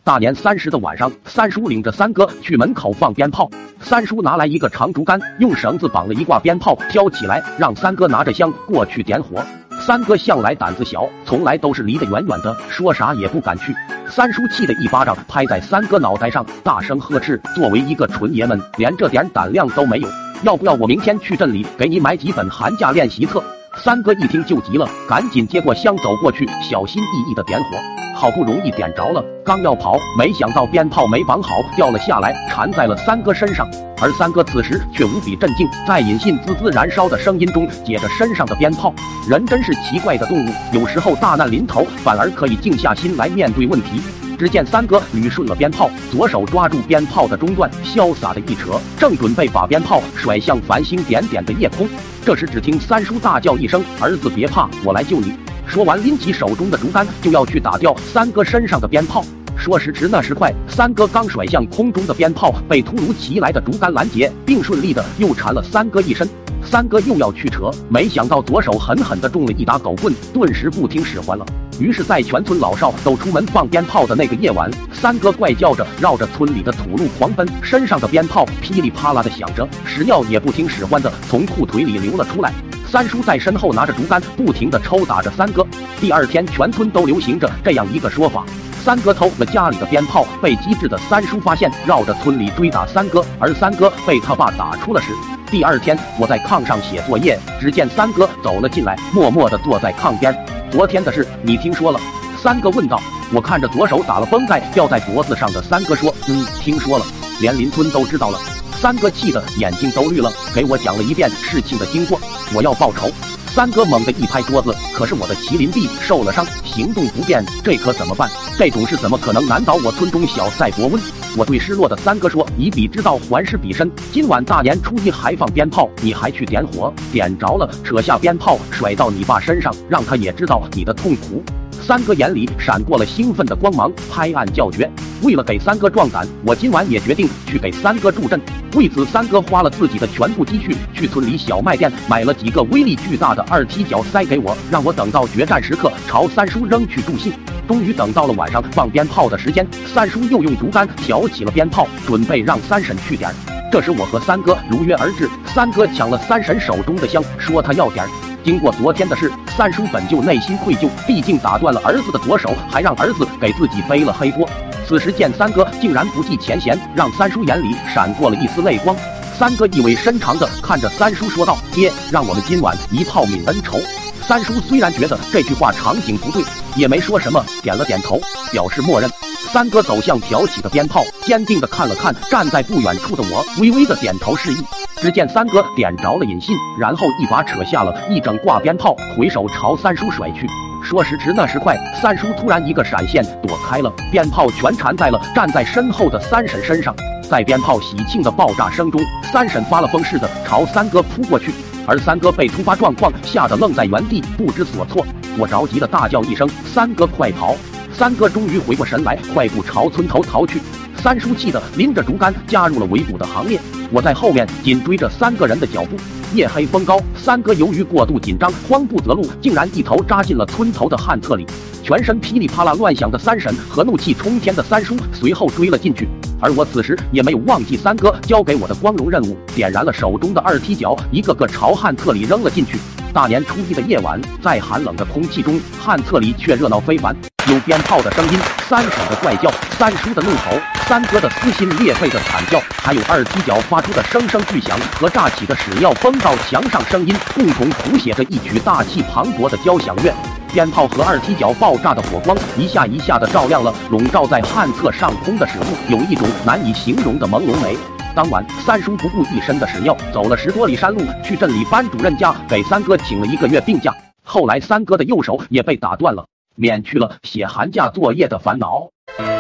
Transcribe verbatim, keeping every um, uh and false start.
大年三十的晚上，三叔领着三哥去门口放鞭炮。三叔拿来一个长竹竿，用绳子绑了一挂鞭炮，挑起来，让三哥拿着香过去点火。三哥向来胆子小，从来都是离得远远的，说啥也不敢去。三叔气得一巴掌拍在三哥脑袋上，大声呵斥：作为一个纯爷们，连这点胆量都没有，要不要我明天去镇里给你买几本寒假练习册？三哥一听就急了，赶紧接过香走过去，小心翼翼的点火。好不容易点着了，刚要跑，没想到鞭炮没绑好，掉了下来，缠在了三哥身上。而三哥此时却无比镇静，在引信滋滋燃烧的声音中解着身上的鞭炮。人真是奇怪的动物，有时候大难临头，反而可以静下心来面对问题。只见三哥捋顺了鞭炮，左手抓住鞭炮的中段，潇洒的一扯，正准备把鞭炮甩向繁星点点的夜空。这时只听三叔大叫一声：儿子别怕，我来救你。说完拎起手中的竹竿，就要去打掉三哥身上的鞭炮。说时迟那时快，三哥刚甩向空中的鞭炮被突如其来的竹竿拦截，并顺利的又缠了三哥一身。三哥又要去扯，没想到左手狠狠地中了一打狗棍，顿时不听使唤了。于是在全村老少都出门放鞭炮的那个夜晚，三哥怪叫着绕着村里的土路狂奔，身上的鞭炮噼里啪啦的响着，屎尿也不听使唤的从裤腿里流了出来。三叔在身后拿着竹竿，不停地抽打着三哥。第二天，全村都流行着这样一个说法：三哥偷了家里的鞭炮，被机智的三叔发现，绕着村里追打三哥，而三哥被他爸打出了屎。第二天，我在炕上写作业，只见三哥走了进来，默默地坐在炕边。昨天的事你听说了？三哥问道。我看着左手打了绷带吊在脖子上的三哥说：嗯，听说了，连邻村都知道了。三哥气得眼睛都绿了，给我讲了一遍事情的经过。我要报仇。三哥猛地一拍桌子，可是我的麒麟臂受了伤，行动不便，这可怎么办？这种事怎么可能难倒我村中小赛博温？我对失落的三哥说：以彼之道还施彼身，今晚大年初一还放鞭炮，你还去点火，点着了扯下鞭炮甩到你爸身上，让他也知道你的痛苦。三哥眼里闪过了兴奋的光芒，拍案叫绝。为了给三哥壮胆，我今晚也决定去给三哥助阵。为此，三哥花了自己的全部积蓄，去村里小卖店买了几个威力巨大的二踢脚塞给我，让我等到决战时刻朝三叔扔去助兴。终于等到了晚上放鞭炮的时间，三叔又用竹竿挑起了鞭炮，准备让三婶去点。这时我和三哥如约而至，三哥抢了三婶手中的香，说他要点。经过昨天的事，三叔本就内心愧疚，毕竟打断了儿子的左手，还让儿子给自己背了黑锅。此时见三哥竟然不计前嫌，让三叔眼里闪过了一丝泪光。三哥意味深长地看着三叔说道：爹，让我们今晚一炮泯恩仇。三叔虽然觉得这句话场景不对，也没说什么，点了点头表示默认。三哥走向挑起的鞭炮，坚定地看了看站在不远处的我，微微地点头示意。只见三哥点着了引信，然后一把扯下了一整挂鞭炮，回手朝三叔甩去。说时迟那时快，三叔突然一个闪现躲开了，鞭炮全缠在了站在身后的三婶身上。在鞭炮喜庆的爆炸声中，三婶发了疯似的朝三哥扑过去，而三哥被突发状况吓得愣在原地不知所措。我着急的大叫一声：三哥快跑！三哥终于回过神来，快步朝村头逃去。三叔气得拎着竹竿加入了围捕的行列，我在后面紧追着三个人的脚步。夜黑风高，三哥由于过度紧张，慌不择路，竟然一头扎进了村头的旱厕里。全身噼里啪啦乱响的三婶和怒气冲天的三叔随后追了进去，而我此时也没有忘记三哥交给我的光荣任务，点燃了手中的二踢脚，一个个朝旱厕里扔了进去。大年初一的夜晚，在寒冷的空气中，旱厕里却热闹非凡，有鞭炮的声音，三婶的怪叫，三叔的怒吼，三哥的撕心裂肺的惨叫，还有二踢脚发出的声声巨响和炸起的屎尿崩到墙上声音，共同谱写着一曲大气磅礴的交响乐。鞭炮和二踢脚爆炸的火光一下一下的照亮了笼罩在旱厕上空的屎雾，有一种难以形容的朦胧美。当晚，三叔不顾一身的屎尿，走了十多里山路，去镇里班主任家给三哥请了一个月病假。后来，三哥的右手也被打断了，免去了写寒假作业的烦恼。